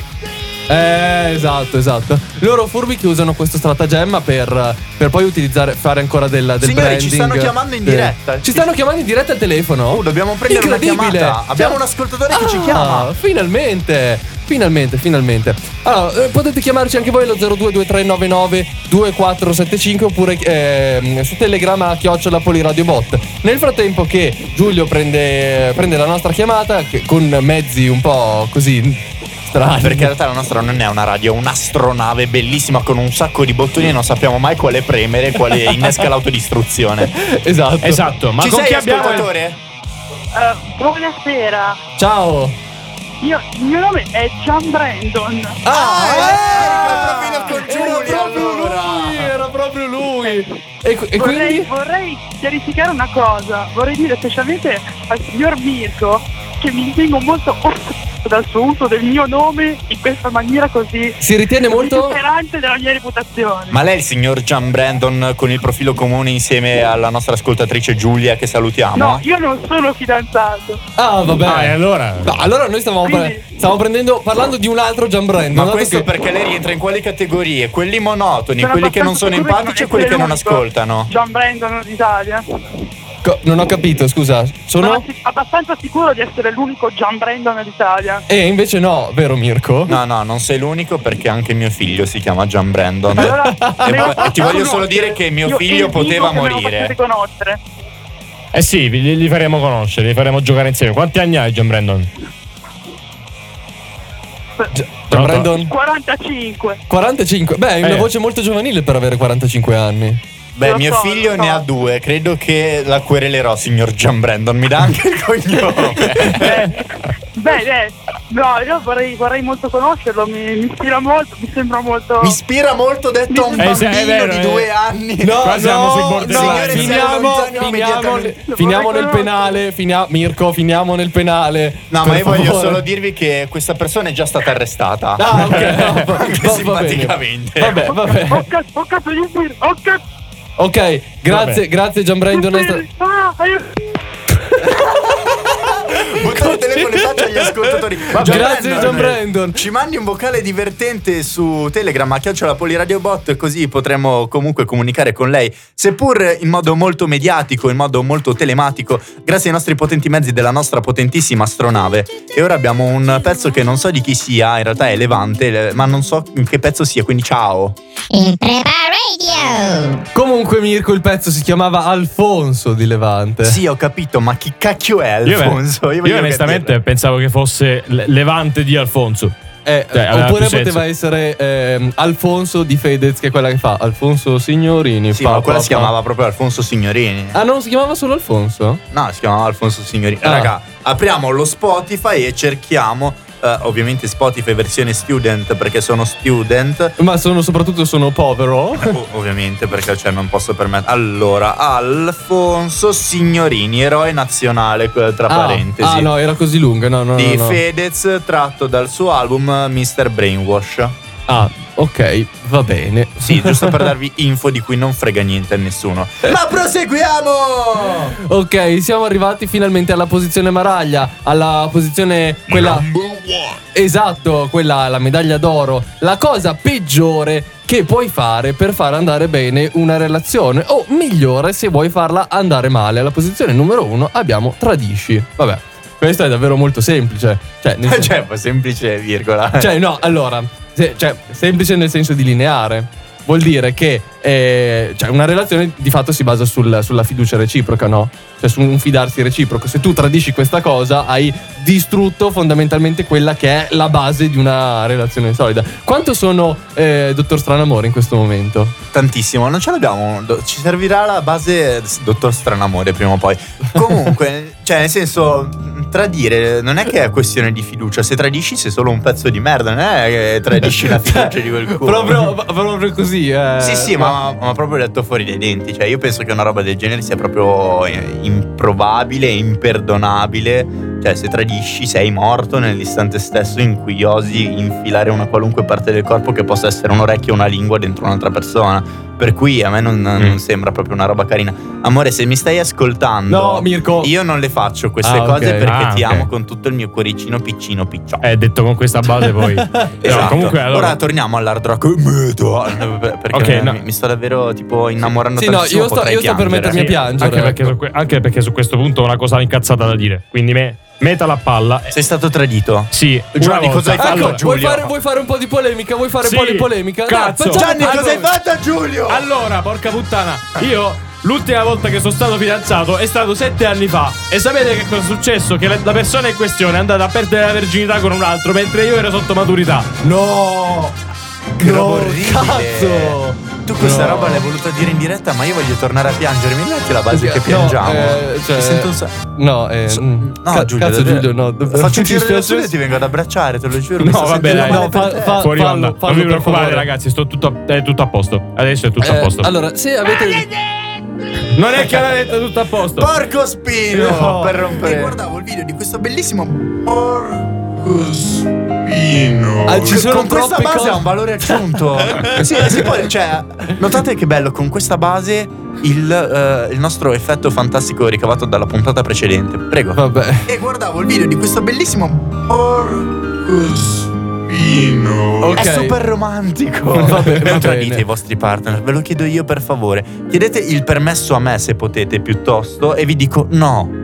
Speaker 7: Eh, esatto, esatto. Loro furbi che usano questo stratagemma per, per poi utilizzare, fare ancora del, del
Speaker 8: Signori,
Speaker 7: branding.
Speaker 8: ci stanno chiamando in
Speaker 7: Eh,
Speaker 8: diretta.
Speaker 7: Ci stanno chiamando in diretta al telefono.
Speaker 8: Oh, dobbiamo prendere una
Speaker 7: Incredibile.
Speaker 8: chiamata. Abbiamo
Speaker 7: Cioè-
Speaker 8: un ascoltatore che ci
Speaker 7: Ah,
Speaker 8: chiama.
Speaker 7: Finalmente. Finalmente, finalmente. Allora, eh, potete chiamarci anche voi allo zero due due tre nove nove due quattro sette cinque oppure ehm, su Telegram a chiocciola Poliradiobot. Nel frattempo che Giulio prende, prende la nostra chiamata, che con mezzi un po' così strani.
Speaker 8: Perché in realtà la nostra non è una radio, è un'astronave bellissima con un sacco di bottoni e non sappiamo mai quale premere, quale innesca l'autodistruzione.
Speaker 7: Esatto.
Speaker 6: Esatto, ma
Speaker 8: Ci
Speaker 6: con
Speaker 8: sei,
Speaker 6: chi abbiamo il-
Speaker 8: ascoltatore?
Speaker 11: Eh, buonasera,
Speaker 7: Ciao.
Speaker 11: io, il mio nome è John Brandon.
Speaker 7: Ah,
Speaker 8: ecco il profilo con
Speaker 7: era
Speaker 8: Giulia,
Speaker 7: proprio
Speaker 8: allora.
Speaker 7: lui, era proprio lui. E, e
Speaker 11: Vorrei,
Speaker 7: quindi?
Speaker 11: vorrei chiarificare una cosa, vorrei dire specialmente al signor Mirko che mi ritengo molto offeso dal suo uso del mio nome in questa maniera così
Speaker 7: Si ritiene molto...
Speaker 11: superante della mia reputazione.
Speaker 8: Ma lei è il signor John Brandon con il profilo comune insieme alla nostra ascoltatrice Giulia, che salutiamo?
Speaker 11: No, io non sono fidanzato.
Speaker 7: Ah, vabbè.
Speaker 6: Ah, e allora?
Speaker 7: No, allora noi stavamo,
Speaker 11: Quindi-
Speaker 7: pre- stavamo prendendo, parlando di un altro John Brandon.
Speaker 8: Ma
Speaker 7: dato
Speaker 8: questo
Speaker 7: che-
Speaker 8: perché lei rientra in quali categorie? Quelli monotoni,
Speaker 11: Sono
Speaker 8: quelli che non
Speaker 11: abbastanza
Speaker 8: sono
Speaker 11: sicuro
Speaker 8: empatici e
Speaker 11: di
Speaker 8: quelli che non
Speaker 11: essere l'unico
Speaker 8: ascoltano.
Speaker 11: John Brandon d'Italia.
Speaker 7: Co- non ho capito, scusa.
Speaker 11: Sono
Speaker 7: Sono?
Speaker 11: assi- abbastanza sicuro di essere l'unico John Brandon d'Italia.
Speaker 7: E invece no, vero Mirko?
Speaker 8: No, no, non sei l'unico perché anche mio figlio si chiama John Brandon.
Speaker 11: Allora,
Speaker 8: E
Speaker 11: me lo
Speaker 8: poi-
Speaker 11: faccio
Speaker 8: ti voglio solo
Speaker 11: conoscere.
Speaker 8: dire che mio
Speaker 11: Io
Speaker 8: figlio
Speaker 11: evito
Speaker 8: poteva
Speaker 11: che me lo
Speaker 8: morire.
Speaker 11: facciate conoscere.
Speaker 6: Eh sì, li, li faremo conoscere, li faremo giocare insieme. Quanti anni hai, John Brandon?
Speaker 7: John Brandon?
Speaker 11: quarantacinque.
Speaker 7: quarantacinque. Beh, hai una
Speaker 6: Eh.
Speaker 7: voce molto giovanile per avere quarantacinque anni.
Speaker 8: Beh,
Speaker 11: Lo
Speaker 8: mio
Speaker 11: so,
Speaker 8: figlio
Speaker 11: lo so.
Speaker 8: ne ha due. Credo che la querelerò, signor John Brandon. Mi dà anche il cognome.
Speaker 11: Eh, beh, eh, no, io vorrei, vorrei molto conoscerlo, mi, mi ispira molto, mi sembra molto...
Speaker 8: Mi ispira molto detto a un
Speaker 6: Eh, sì, è
Speaker 8: bambino
Speaker 6: vero,
Speaker 8: di
Speaker 6: eh.
Speaker 8: due anni.
Speaker 7: No,
Speaker 6: Qua siamo sui
Speaker 7: no,
Speaker 6: borderline.
Speaker 7: no,
Speaker 8: Signore,
Speaker 7: finiamo,
Speaker 8: siamo lontani
Speaker 7: finiamo,
Speaker 8: immediatamente.
Speaker 7: finiamo nel
Speaker 11: Vorrei
Speaker 7: penale, finia- Mirko, finiamo nel penale.
Speaker 8: No,
Speaker 7: per
Speaker 8: ma io voglio
Speaker 7: favore.
Speaker 8: solo dirvi che questa persona è già stata arrestata.
Speaker 7: Ah, ok, no, va-
Speaker 8: Anche
Speaker 7: va- va
Speaker 8: simpaticamente.
Speaker 7: bene. Vabbè, vabbè.
Speaker 11: Ho cazzo, ho cazzo di ispira, ho cazzo
Speaker 7: Ok, grazie,
Speaker 6: Vabbè.
Speaker 7: grazie John Brandon. è sta-
Speaker 11: di ah, aiuto.
Speaker 8: Buttate il telefono in faccia agli ascoltatori.
Speaker 7: Grazie, John Brandon.
Speaker 8: Ci mandi un vocale divertente su Telegram a chiocciola Poliradiobot, così potremo comunque comunicare con lei, seppur in modo molto mediatico, in modo molto telematico, grazie ai nostri potenti mezzi della nostra potentissima astronave. E ora abbiamo un pezzo che non so di chi sia, in realtà è Levante, ma non so in che pezzo sia, quindi ciao.
Speaker 4: In Prepa Radio.
Speaker 7: Comunque Mirko, il pezzo si chiamava Alfonso di Levante.
Speaker 8: Sì, ho capito, ma chi cacchio è
Speaker 6: Io,
Speaker 8: Alfonso?
Speaker 6: io,
Speaker 8: voglio
Speaker 6: onestamente
Speaker 8: capire.
Speaker 6: pensavo che fosse Le- Levante di Alfonso.
Speaker 7: Eh,
Speaker 6: Cioè, aveva
Speaker 7: oppure
Speaker 6: più
Speaker 7: poteva
Speaker 6: senso.
Speaker 7: essere ehm, Alfonso di Fedez, che è quella che fa Alfonso Signorini.
Speaker 8: Sì,
Speaker 7: pa,
Speaker 8: ma quella
Speaker 7: pa,
Speaker 8: si
Speaker 7: pa.
Speaker 8: chiamava proprio Alfonso Signorini.
Speaker 7: Ah, non si chiamava solo Alfonso?
Speaker 8: No, si chiamava Alfonso Signorini.
Speaker 7: Ah.
Speaker 8: Raga, apriamo lo Spotify e cerchiamo, eh, ovviamente Spotify versione student perché sono student.
Speaker 7: Ma sono soprattutto sono povero.
Speaker 8: O- ovviamente perché cioè, non posso permettere. Allora, Alfonso Signorini, eroe nazionale, eh, tra
Speaker 7: Ah,
Speaker 8: parentesi.
Speaker 7: ah, no, era così lunga. No, no,
Speaker 8: Di
Speaker 7: no, no.
Speaker 8: Fedez, tratto dal suo album mister Brainwash.
Speaker 7: Ah, ok, va bene.
Speaker 8: Sì, giusto per darvi info di cui non frega niente a nessuno. Ma proseguiamo!
Speaker 7: Ok, siamo arrivati finalmente alla posizione maraglia, alla posizione quella esatto, quella la medaglia d'oro, la cosa peggiore che puoi fare per far andare bene una relazione, o migliore se vuoi farla andare male. Alla posizione numero uno abbiamo tradisci. Vabbè, questo è davvero molto semplice. Cioè, nel sen-
Speaker 8: Cioè, semplice virgola.
Speaker 7: cioè no, allora, se- cioè, semplice nel senso di lineare. Vuol dire che eh, cioè una relazione di fatto si basa sul- sulla fiducia reciproca, no? Cioè su un fidarsi reciproco. Se tu tradisci questa cosa, hai distrutto fondamentalmente quella che è la base di una relazione solida. Quanto sono eh, Dottor Stranamore in questo momento?
Speaker 8: Tantissimo, non ce l'abbiamo. do- Ci servirà la base s- Dottor Stranamore prima o poi. Comunque, cioè, nel senso, tradire non è che è questione di fiducia. Se tradisci sei solo un pezzo di merda, non è che tradisci la fiducia di qualcuno.
Speaker 7: Proprio, proprio così, eh.
Speaker 8: Sì, sì, ma, ma proprio detto fuori dai denti. Cioè, io penso che una roba del genere sia proprio eh, improbabile, imperdonabile. Cioè, se tradisci sei morto nell'istante stesso in cui osi infilare una qualunque parte del corpo che possa essere un orecchio o una lingua dentro un'altra persona. Per cui a me non, non sembra proprio una roba carina. Amore, se mi stai ascoltando,
Speaker 7: No, Mirko.
Speaker 8: io non le faccio queste
Speaker 7: Ah,
Speaker 8: cose
Speaker 7: ok.
Speaker 8: perché
Speaker 6: Ah,
Speaker 8: ti
Speaker 6: ok.
Speaker 8: amo con tutto il mio coricino piccino picciò.
Speaker 6: Eh, detto con questa base poi.
Speaker 8: Esatto.
Speaker 6: No, comunque allora.
Speaker 8: Ora torniamo all'hard rock metal, perché
Speaker 6: Ok, no.
Speaker 8: mi, mi sto davvero tipo innamorando
Speaker 7: Sì, no,
Speaker 8: tantissimo.
Speaker 7: io sto,
Speaker 8: potrei
Speaker 7: io sto per
Speaker 8: piangere.
Speaker 7: mettermi a piangere.
Speaker 6: Anche perché,
Speaker 7: ecco.
Speaker 6: su que- anche perché su questo punto ho una cosa incazzata da dire. Quindi me, meta la palla.
Speaker 8: Sei stato tradito?
Speaker 6: Sì,
Speaker 8: Gianni,
Speaker 6: una
Speaker 8: cosa hai
Speaker 6: volta.
Speaker 8: fatto?
Speaker 6: Allora,
Speaker 7: Vuoi
Speaker 8: Giulio.
Speaker 7: fare, vuoi fare un po' di polemica? Vuoi fare
Speaker 6: Sì,
Speaker 7: un po' di polemica?
Speaker 6: cazzo.
Speaker 7: Dai, facciamo-
Speaker 8: Gianni, cosa hai fatto a Giulio?
Speaker 6: Allora, porca puttana, io l'ultima volta che sono stato fidanzato è stato sette anni fa. E sapete che cosa è successo? Che la persona in questione è andata a perdere la virginità con un altro mentre io ero sotto maturità.
Speaker 8: No! Che roba orribile.
Speaker 7: Cazzo!
Speaker 8: Tu questa
Speaker 7: No.
Speaker 8: roba l'hai voluta dire in diretta, ma io voglio tornare a piangere. Mi metti la base che piangiamo?
Speaker 7: No, eh, cioè,
Speaker 8: Mi sento un sa-
Speaker 7: no, eh,
Speaker 8: So-
Speaker 7: mm,
Speaker 8: no,
Speaker 7: ca-
Speaker 8: Giulio,
Speaker 7: cazzo
Speaker 8: davvero.
Speaker 7: Giulio, no, davvero.
Speaker 8: Faccio un
Speaker 7: Ci
Speaker 8: giro dello
Speaker 7: spiace.
Speaker 8: studio e ti vengo ad abbracciare, te lo giuro. mi
Speaker 6: No,
Speaker 8: sto
Speaker 6: vabbè,
Speaker 8: sentendo
Speaker 6: dai.
Speaker 8: male
Speaker 7: No,
Speaker 8: per
Speaker 7: fa-
Speaker 8: te.
Speaker 7: fa-
Speaker 6: Fuori
Speaker 7: fallo,
Speaker 6: onda.
Speaker 7: fallo,
Speaker 6: Non vi
Speaker 7: per
Speaker 6: preoccupate,
Speaker 7: favore.
Speaker 6: ragazzi, sto tutto a, è tutto a posto. Adesso è tutto a
Speaker 7: Eh,
Speaker 6: posto.
Speaker 7: allora, se avete
Speaker 6: Non è che aveva detto tutto a posto.
Speaker 8: Porco spino!
Speaker 7: No.
Speaker 8: Per rompere. E guardavo il video di questo bellissimo Porco spino.
Speaker 7: Ah, ci sono
Speaker 8: con questa
Speaker 7: troppe
Speaker 8: base
Speaker 7: cose.
Speaker 8: ha un valore aggiunto. sì, si può, cioè, notate che bello, con questa base il, eh, il nostro effetto fantastico ricavato dalla puntata precedente. Prego.
Speaker 7: Vabbè.
Speaker 8: E guardavo il video di questo bellissimo Porco spino.
Speaker 7: Ok.
Speaker 8: È super romantico.
Speaker 7: Vabbè, va
Speaker 8: Non tradite
Speaker 7: bene.
Speaker 8: i vostri partner, ve lo chiedo io per favore. Chiedete il permesso a me se potete piuttosto e vi dico no.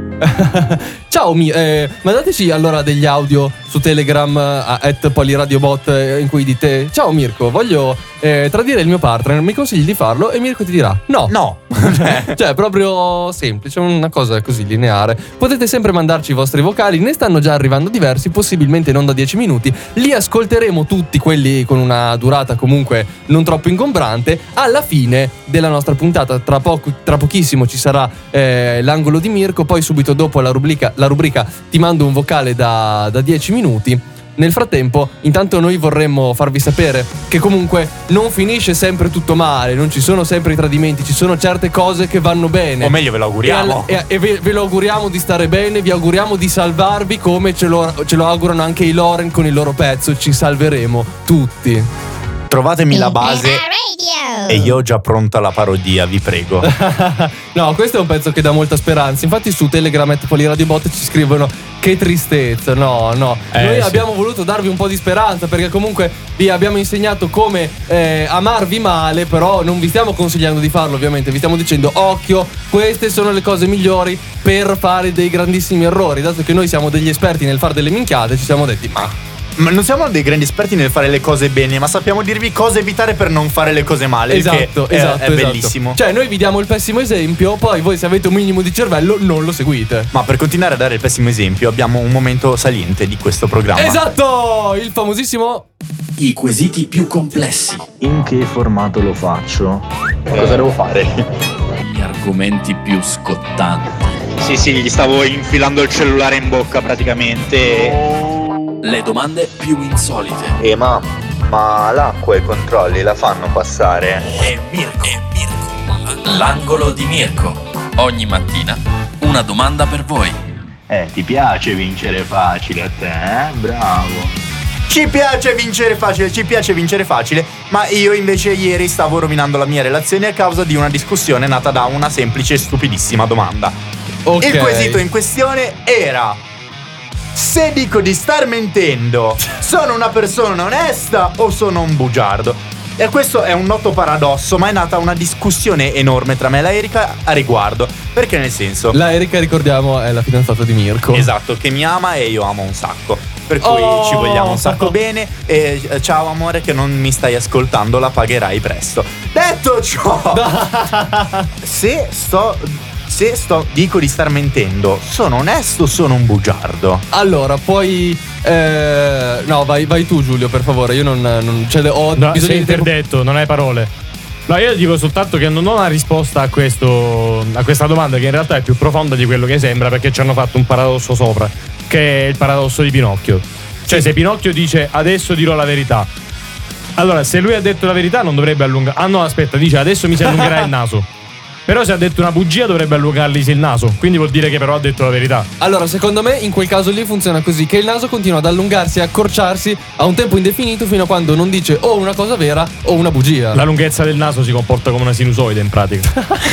Speaker 7: Ciao, mi, eh, mandateci allora degli audio su Telegram a at poliradiobot eh, in cui dite: ciao Mirko, voglio eh, tradire il mio partner, mi consigli di farlo? E Mirko ti dirà no.
Speaker 8: No.
Speaker 7: Cioè, proprio semplice, una cosa così lineare. Potete sempre mandarci i vostri vocali, ne stanno già arrivando diversi, possibilmente non da dieci minuti. Li ascolteremo tutti, quelli con una durata comunque non troppo ingombrante. Alla fine della nostra puntata, tra, poco, tra pochissimo ci sarà eh, l'angolo di Mirko, poi subito dopo la rubrica, la rubrica Ti mando un vocale da, da dieci minuti. Nel frattempo, intanto noi vorremmo farvi sapere che comunque non finisce sempre tutto male, non ci sono sempre i tradimenti, ci sono certe cose che vanno bene.
Speaker 8: O meglio ve lo auguriamo.
Speaker 7: E, al- e- e ve, ve lo auguriamo di stare bene, vi auguriamo di salvarvi come ce lo, ce lo augurano anche i Loren con il loro pezzo. Ci salveremo tutti.
Speaker 8: Trovatemi la base
Speaker 4: Radio.
Speaker 8: e io ho già pronta la parodia, vi prego.
Speaker 7: No, questo è un pezzo che dà molta speranza. Infatti su Telegram at poliradiobot ci scrivono: che tristezza. No, no,
Speaker 6: Eh,
Speaker 7: noi
Speaker 6: sì.
Speaker 7: abbiamo voluto darvi un po' di speranza, perché comunque vi abbiamo insegnato come eh, amarvi male. Però non vi stiamo consigliando di farlo, ovviamente. Vi stiamo dicendo: occhio, queste sono le cose migliori per fare dei grandissimi errori. Dato che noi siamo degli esperti nel fare delle minchiate, ci siamo detti: ma
Speaker 8: Ma non siamo dei grandi esperti nel fare le cose bene, ma sappiamo dirvi cosa evitare per non fare le cose male. il
Speaker 7: esatto,
Speaker 8: che è-
Speaker 7: esatto,
Speaker 8: è,
Speaker 7: esatto.
Speaker 8: bellissimo.
Speaker 7: Cioè, noi vi diamo il pessimo esempio, poi voi, se avete un minimo di cervello, non lo seguite.
Speaker 8: Ma per continuare a dare il pessimo esempio, abbiamo un momento saliente di questo programma.
Speaker 7: Esatto! Il famosissimo
Speaker 12: I quesiti più complessi.
Speaker 13: In che formato lo faccio? Cosa devo fare?
Speaker 12: Gli argomenti più scottanti.
Speaker 14: Sì, sì, gli stavo infilando il cellulare in bocca praticamente.
Speaker 12: Le domande più insolite.
Speaker 8: Eh ma, ma l'acqua e i controlli la fanno passare?
Speaker 12: E Mirko. E Mirko. L'angolo di Mirko. Ogni mattina una domanda per voi.
Speaker 13: Eh, ti piace vincere facile a te, eh? Bravo.
Speaker 8: Ci piace vincere facile, ci piace vincere facile, ma io invece ieri stavo rovinando la mia relazione a causa di una discussione nata da una semplice e stupidissima domanda.
Speaker 7: Ok.
Speaker 8: Il quesito in questione era: se dico di star mentendo, sono una persona onesta o sono un bugiardo? E questo è un noto paradosso, ma è nata una discussione enorme tra me e la Erika a riguardo. Perché nel senso,
Speaker 7: La Erika, ricordiamo, è la fidanzata di Mirko.
Speaker 8: esatto, che mi ama e io amo un sacco. Per cui
Speaker 7: Oh!
Speaker 8: ci vogliamo un sacco bene. E eh, ciao amore, che non mi stai ascoltando, la pagherai presto. Detto ciò, se sto Se sto dico di star mentendo, sono onesto o sono un bugiardo?
Speaker 7: Allora, poi eh, no, vai, vai tu Giulio, per favore. Io non, non cioè, ho
Speaker 6: No,
Speaker 7: bisogno
Speaker 6: sei
Speaker 7: di tempo.
Speaker 6: interdetto, non hai parole. No, io dico soltanto che non ho una risposta a questo a questa domanda, che in realtà è più profonda di quello che sembra, perché ci hanno fatto un paradosso sopra, che è il paradosso di Pinocchio. Cioè, se Pinocchio dice adesso dirò la verità, allora se lui ha detto la verità non dovrebbe allungare. Ah no, aspetta, dice adesso mi si allungherà il naso. Però se ha detto una bugia dovrebbe allungargli il naso, quindi vuol dire che però ha detto la verità.
Speaker 7: Allora, secondo me in quel caso lì funziona così, che il naso continua ad allungarsi e accorciarsi a un tempo indefinito fino a quando non dice o una cosa vera o una bugia.
Speaker 6: La lunghezza del naso si comporta come una sinusoide in pratica.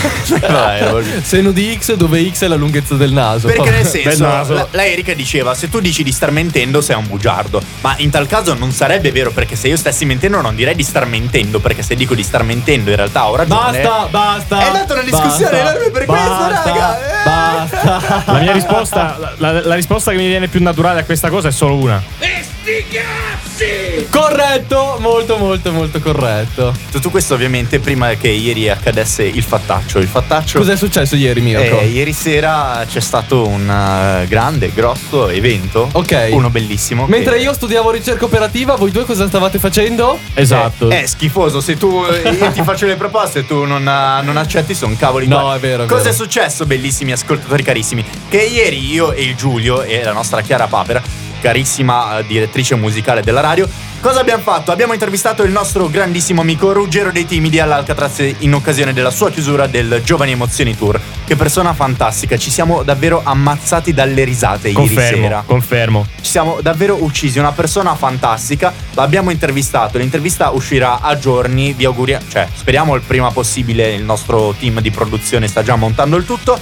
Speaker 7: Seno di X, dove X è la lunghezza del naso.
Speaker 8: Perché nel
Speaker 6: Bel
Speaker 8: senso,
Speaker 6: naso.
Speaker 8: la, la Erika diceva: se tu dici di star mentendo sei un bugiardo. Ma in tal caso non sarebbe vero, perché se io stessi mentendo non direi di star mentendo, perché se dico di star mentendo in realtà ho ragione.
Speaker 7: Basta, basta.
Speaker 8: È nata una discussione
Speaker 7: basta,
Speaker 8: enorme per questo,
Speaker 7: basta,
Speaker 8: raga. Eh.
Speaker 7: Basta.
Speaker 6: La mia risposta, la, la- la risposta che mi viene più naturale a questa cosa è solo una.
Speaker 3: E sti cazzi!
Speaker 1: sì!
Speaker 7: Corretto, molto molto molto corretto.
Speaker 8: Tutto questo ovviamente prima che ieri accadesse il fattaccio. Il fattaccio.
Speaker 7: Cos'è successo ieri, Mirko?
Speaker 8: Eh, ieri sera c'è stato un uh, grande, grosso evento.
Speaker 7: Ok.
Speaker 8: Uno bellissimo.
Speaker 7: Mentre
Speaker 8: che...
Speaker 7: io studiavo ricerca operativa, voi due cosa stavate facendo?
Speaker 6: Esatto.
Speaker 8: È, è schifoso. Se tu io ti faccio le proposte e tu non, non accetti, sono cavoli.
Speaker 7: No,
Speaker 8: qua.
Speaker 7: è vero, è
Speaker 8: Cosa
Speaker 7: vero.
Speaker 8: è successo, bellissimi ascoltatori carissimi? Che ieri io e il Giulio e la nostra Chiara Papera, carissima uh, direttrice musicale della radio, cosa abbiamo fatto? Abbiamo intervistato il nostro grandissimo amico Ruggero dei Timidi all'Alcatraz in occasione della sua chiusura del Giovani Emozioni Tour. Che persona fantastica, ci siamo davvero ammazzati dalle risate
Speaker 6: Confermo,
Speaker 8: ieri sera.
Speaker 6: Confermo.
Speaker 8: Ci siamo davvero uccisi, una persona fantastica. L'abbiamo intervistato, l'intervista uscirà a giorni, vi auguriamo, cioè speriamo il prima possibile, il nostro team di produzione sta già montando il tutto,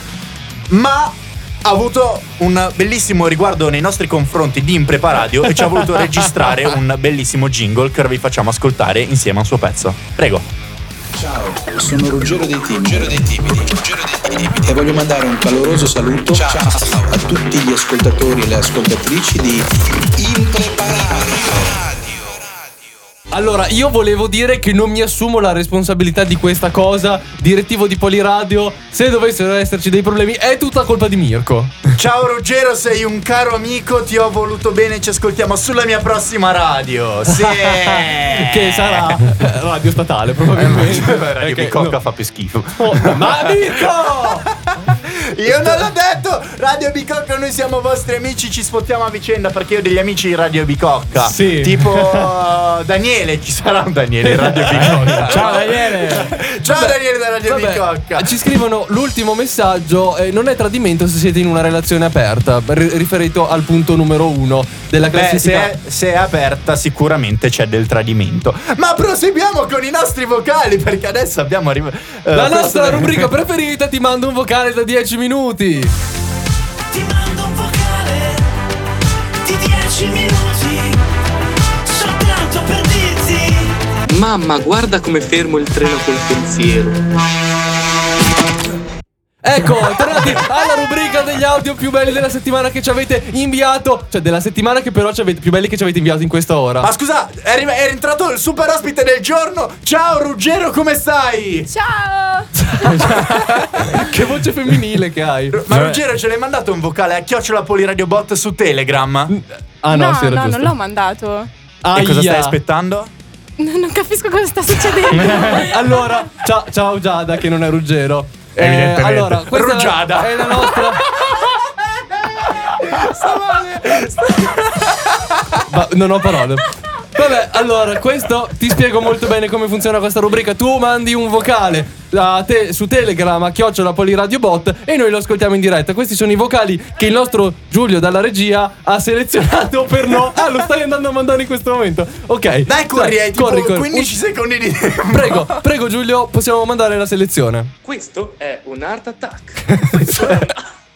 Speaker 8: ma ha avuto un bellissimo riguardo nei nostri confronti di Imprepa Radio e ci ha voluto registrare un bellissimo jingle che ora vi facciamo ascoltare insieme a un suo pezzo. Prego.
Speaker 15: Ciao, sono Ruggero dei Timidi, Ruggero dei Timidi, Ruggero dei Timidi e voglio mandare un caloroso saluto ciao. Ciao a tutti gli ascoltatori e le ascoltatrici di Imprepa Radio.
Speaker 7: Allora, io volevo dire che non mi assumo la responsabilità di questa cosa. Direttivo di Poliradio, se dovessero esserci dei problemi, è tutta colpa di Mirko.
Speaker 8: Ciao Ruggero, sei un caro amico, ti ho voluto bene, ci ascoltiamo sulla mia prossima radio. Sì.
Speaker 7: Che sarà radio statale, probabilmente.
Speaker 8: Radio Bicocca no. Fa più schifo.
Speaker 7: Oh, ma Mirko!
Speaker 8: Io non l'ho detto! Radio Bicocca, noi siamo vostri amici, ci spottiamo a vicenda perché io ho degli amici di Radio Bicocca.
Speaker 7: Sì.
Speaker 8: Tipo uh, Daniele, ci sarà un Daniele in Radio Bicocca.
Speaker 7: Ciao Daniele!
Speaker 8: Ciao Daniele da Radio
Speaker 7: Vabbè,
Speaker 8: Bicocca.
Speaker 7: Ci scrivono l'ultimo messaggio, eh, non è tradimento se siete in una relazione aperta, r- riferito al punto numero uno della classifica.
Speaker 8: Beh, se è, se è aperta sicuramente c'è del tradimento. Ma proseguiamo con i nostri vocali perché adesso abbiamo arrivato. Uh,
Speaker 7: La nostra rubrica preferita, ti mando un vocale da dieci minuti.
Speaker 3: Ti mando un vocale di dieci minuti soltanto per dirti:
Speaker 16: mamma, guarda come fermo il treno col pensiero.
Speaker 7: Ecco, tornati alla rubrica degli audio più belli della settimana che ci avete inviato. Cioè della settimana che però ci avete, più belli che ci avete inviato in questa ora.
Speaker 8: Ma scusa, è, arri- è entrato il super ospite del giorno. Ciao Ruggero, come stai?
Speaker 17: Ciao.
Speaker 7: Che voce femminile che hai.
Speaker 8: Ma Ruggero, ce l'hai mandato un vocale a chiocciola PoliradioBot Bot su Telegram?
Speaker 7: Ah no,
Speaker 17: no,
Speaker 7: sì, era
Speaker 17: no,
Speaker 7: giusto.
Speaker 17: non l'ho mandato.
Speaker 8: E cosa stai aspettando?
Speaker 17: No, non capisco cosa sta succedendo.
Speaker 7: Allora, ciao, ciao Giada, che non è Ruggero. Eh,
Speaker 6: Evidentemente.
Speaker 7: allora, questa
Speaker 8: Ruggiada.
Speaker 7: è la, è la nostra.
Speaker 8: Sta male.
Speaker 7: Ma non ho parole. Vabbè, allora, questo ti spiego molto bene come funziona questa rubrica. Tu mandi un vocale a te su Telegram a chiocciola Poliradiobot e noi lo ascoltiamo in diretta. Questi sono i vocali che il nostro Giulio dalla regia ha selezionato per no. Ah, lo stai andando a mandare in questo momento. Ok.
Speaker 8: Dai, corri, hai tipo
Speaker 7: corri, corri.
Speaker 8: quindici secondi di tempo.
Speaker 7: Prego, prego Giulio, possiamo mandare la selezione.
Speaker 16: Questo è un Art Attack.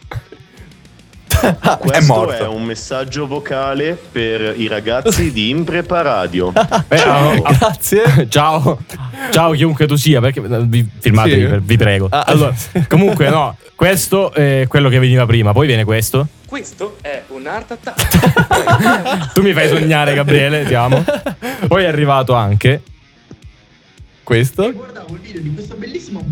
Speaker 8: È
Speaker 18: Questo
Speaker 8: morto.
Speaker 18: è un messaggio vocale per i ragazzi di Imprepa Radio.
Speaker 6: Eh, oh, oh.
Speaker 7: Grazie.
Speaker 6: Ciao. Ciao chiunque tu sia, perché vi filmatevi,
Speaker 7: Sì.
Speaker 6: per- vi prego.
Speaker 7: Ah.
Speaker 6: Allora, comunque no, questo è quello che veniva prima, poi viene questo.
Speaker 16: Questo è un Art Attack.
Speaker 6: Tu mi fai sognare, Gabriele, ti amo. Poi è arrivato anche
Speaker 7: questo.
Speaker 15: Guardavo il video di questo bellissimo.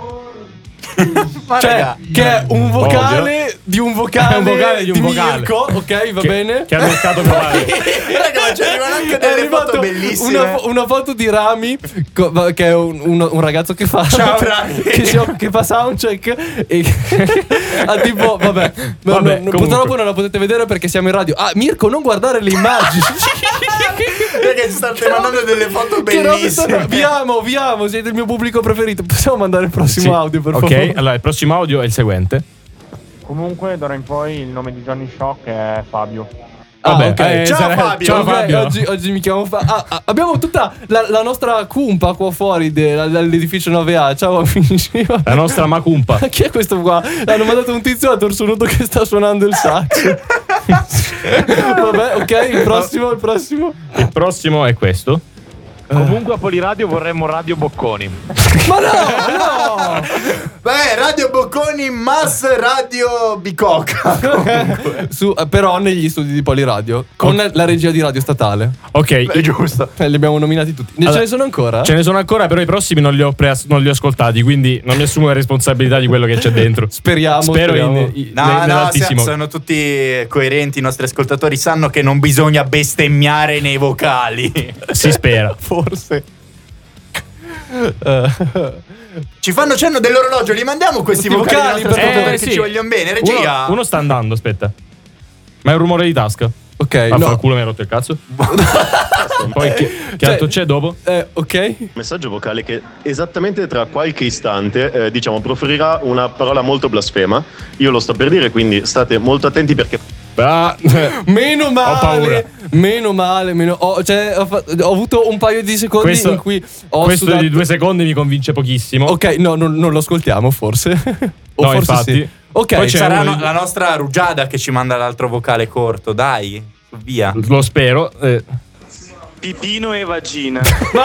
Speaker 8: Ma
Speaker 7: Cioè,
Speaker 8: raga,
Speaker 7: che è un vocale
Speaker 6: Ovvio.
Speaker 7: di un vocale,
Speaker 6: È un vocale di un vocale.
Speaker 7: Mirko, ok, va
Speaker 6: Che-
Speaker 7: bene.
Speaker 6: che ha beccato vocale.
Speaker 8: raga, ma ci arrivano anche
Speaker 7: È
Speaker 8: delle
Speaker 7: arrivato
Speaker 8: foto bellissime.
Speaker 7: Una, fo- una foto di Rami, co- va- che è un, un- un ragazzo che fa
Speaker 8: Ciao, Rami.
Speaker 7: che, si occupa- che fa soundcheck e ha tipo vabbè, ma
Speaker 6: Vabbè,
Speaker 7: non-
Speaker 6: comunque.
Speaker 7: purtroppo non la potete vedere perché siamo in radio. Ah, Mirko, non guardare le immagini.
Speaker 8: Perché ci state mandando delle foto
Speaker 7: Che robe
Speaker 8: bellissime.
Speaker 7: sono- Vi amo, vi amo, siete il mio pubblico preferito. Possiamo mandare il prossimo
Speaker 6: Sì.
Speaker 7: audio, per
Speaker 6: Ok,
Speaker 7: favore?
Speaker 6: allora il prossimo audio è il seguente.
Speaker 19: Comunque, d'ora in poi il nome di Johnny Shock è Fabio.
Speaker 7: Ah,
Speaker 6: Vabbè,
Speaker 7: ok.
Speaker 6: eh,
Speaker 8: Ciao,
Speaker 6: sare-
Speaker 8: Fabio.
Speaker 6: Ciao
Speaker 7: Ok,
Speaker 6: Fabio.
Speaker 7: Oggi, oggi mi chiamo Fa- ah, ah, abbiamo tutta la, la nostra cumpa qua fuori de- dall'edificio nove A. Ciao amici.
Speaker 6: La nostra macumpa.
Speaker 7: Chi è questo qua? Hanno mandato un tizio a torso nudo che sta suonando il sax. Vabbè, ok, il prossimo, il prossimo.
Speaker 6: Il prossimo è questo.
Speaker 19: Comunque a Poliradio vorremmo Radio Bocconi.
Speaker 7: Ma no, no!
Speaker 8: Beh, Radio Bocconi Trasmissioni Mass Radio Bicocca.
Speaker 7: Su, eh, però negli studi di Poliradio con
Speaker 6: Ok.
Speaker 7: la regia di radio statale.
Speaker 6: Ok.
Speaker 8: È giusto.
Speaker 7: Eh, li abbiamo nominati tutti. Ne
Speaker 6: Allora,
Speaker 7: ce ne sono ancora?
Speaker 6: Ce ne sono ancora, però i prossimi non li ho, pre- non li ho ascoltati, quindi non mi assumo la responsabilità di quello che c'è dentro.
Speaker 7: Speriamo.
Speaker 6: Spero
Speaker 7: speriamo.
Speaker 6: in, in,
Speaker 8: No,
Speaker 6: ne-
Speaker 8: no,
Speaker 6: nell'altissimo.
Speaker 8: se- sono tutti coerenti. I nostri ascoltatori sanno che non bisogna bestemmiare nei vocali.
Speaker 6: Si spera.
Speaker 7: Forse.
Speaker 8: Ci fanno cenno dell'orologio, li mandiamo questi
Speaker 7: Questi
Speaker 8: vocali,
Speaker 7: vocali,
Speaker 8: per
Speaker 7: per favore,
Speaker 8: perché
Speaker 6: sì.
Speaker 8: ci vogliono bene.
Speaker 6: Uno,
Speaker 8: Regia.
Speaker 6: uno sta andando, aspetta. Ma è un rumore di tasca.
Speaker 7: Ok,
Speaker 6: Ah,
Speaker 7: no.
Speaker 6: fa il culo mi ha rotto il cazzo. Poi che, che
Speaker 7: Cioè-
Speaker 6: altro c'è dopo?
Speaker 7: Eh, ok.
Speaker 18: Messaggio vocale che esattamente tra qualche istante, eh, diciamo, proferirà una parola molto blasfema. Io lo sto per dire, quindi state molto attenti perché
Speaker 6: Ah,
Speaker 7: Meno male.
Speaker 6: Ho paura.
Speaker 7: Meno male. Meno, ho, cioè, ho, fa- ho avuto un paio di secondi
Speaker 6: Questo-
Speaker 7: in cui ho
Speaker 6: questo
Speaker 7: sudato.
Speaker 6: di due secondi mi convince pochissimo.
Speaker 7: Ok, no, non, non lo ascoltiamo, forse. o
Speaker 6: No,
Speaker 7: forse
Speaker 6: infatti.
Speaker 7: sì. Ok,
Speaker 6: Poi c'è
Speaker 8: Sarà
Speaker 6: uno
Speaker 8: no-
Speaker 6: di-
Speaker 8: la nostra Rugiada che ci manda l'altro vocale corto. Dai, su, via.
Speaker 6: Lo spero. eh.
Speaker 14: Pipino e vagina.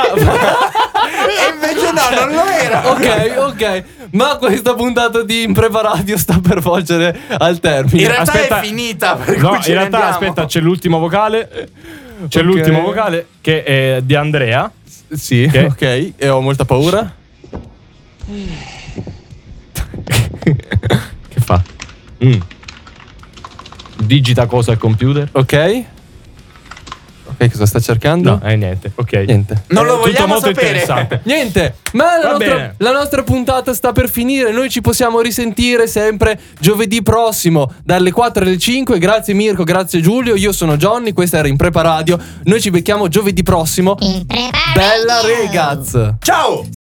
Speaker 8: E invece no, non lo era.
Speaker 7: ok, ok. Ma questa puntata di Impreparadio sta per volgere al termine.
Speaker 8: In realtà
Speaker 6: Aspetta.
Speaker 8: è finita. Per
Speaker 6: No,
Speaker 8: cui
Speaker 6: in
Speaker 8: ce ne
Speaker 6: realtà,
Speaker 8: andiamo.
Speaker 6: aspetta, c'è l'ultimo vocale. C'è
Speaker 7: Ok.
Speaker 6: l'ultimo vocale che è di Andrea.
Speaker 7: Sì,
Speaker 6: Che?
Speaker 7: ok. E ho molta paura.
Speaker 6: Che fa? Mm. Digita cosa al computer?
Speaker 7: Ok. Ok, cosa sta cercando?
Speaker 6: No, eh, niente. Ok.
Speaker 7: Niente.
Speaker 8: Non lo
Speaker 6: È tutto
Speaker 8: vogliamo
Speaker 6: molto
Speaker 8: sapere.
Speaker 6: interessante.
Speaker 7: Niente, ma la
Speaker 6: Va
Speaker 7: nostra,
Speaker 6: bene.
Speaker 7: la nostra puntata sta per finire. Noi ci possiamo risentire sempre giovedì prossimo dalle quattro alle cinque. Grazie Mirko, grazie Giulio. Io sono Johnny, questa era Impreparadio. Noi ci becchiamo giovedì prossimo.
Speaker 4: Impreparadio.
Speaker 7: Bella ragazzi.
Speaker 8: Ciao.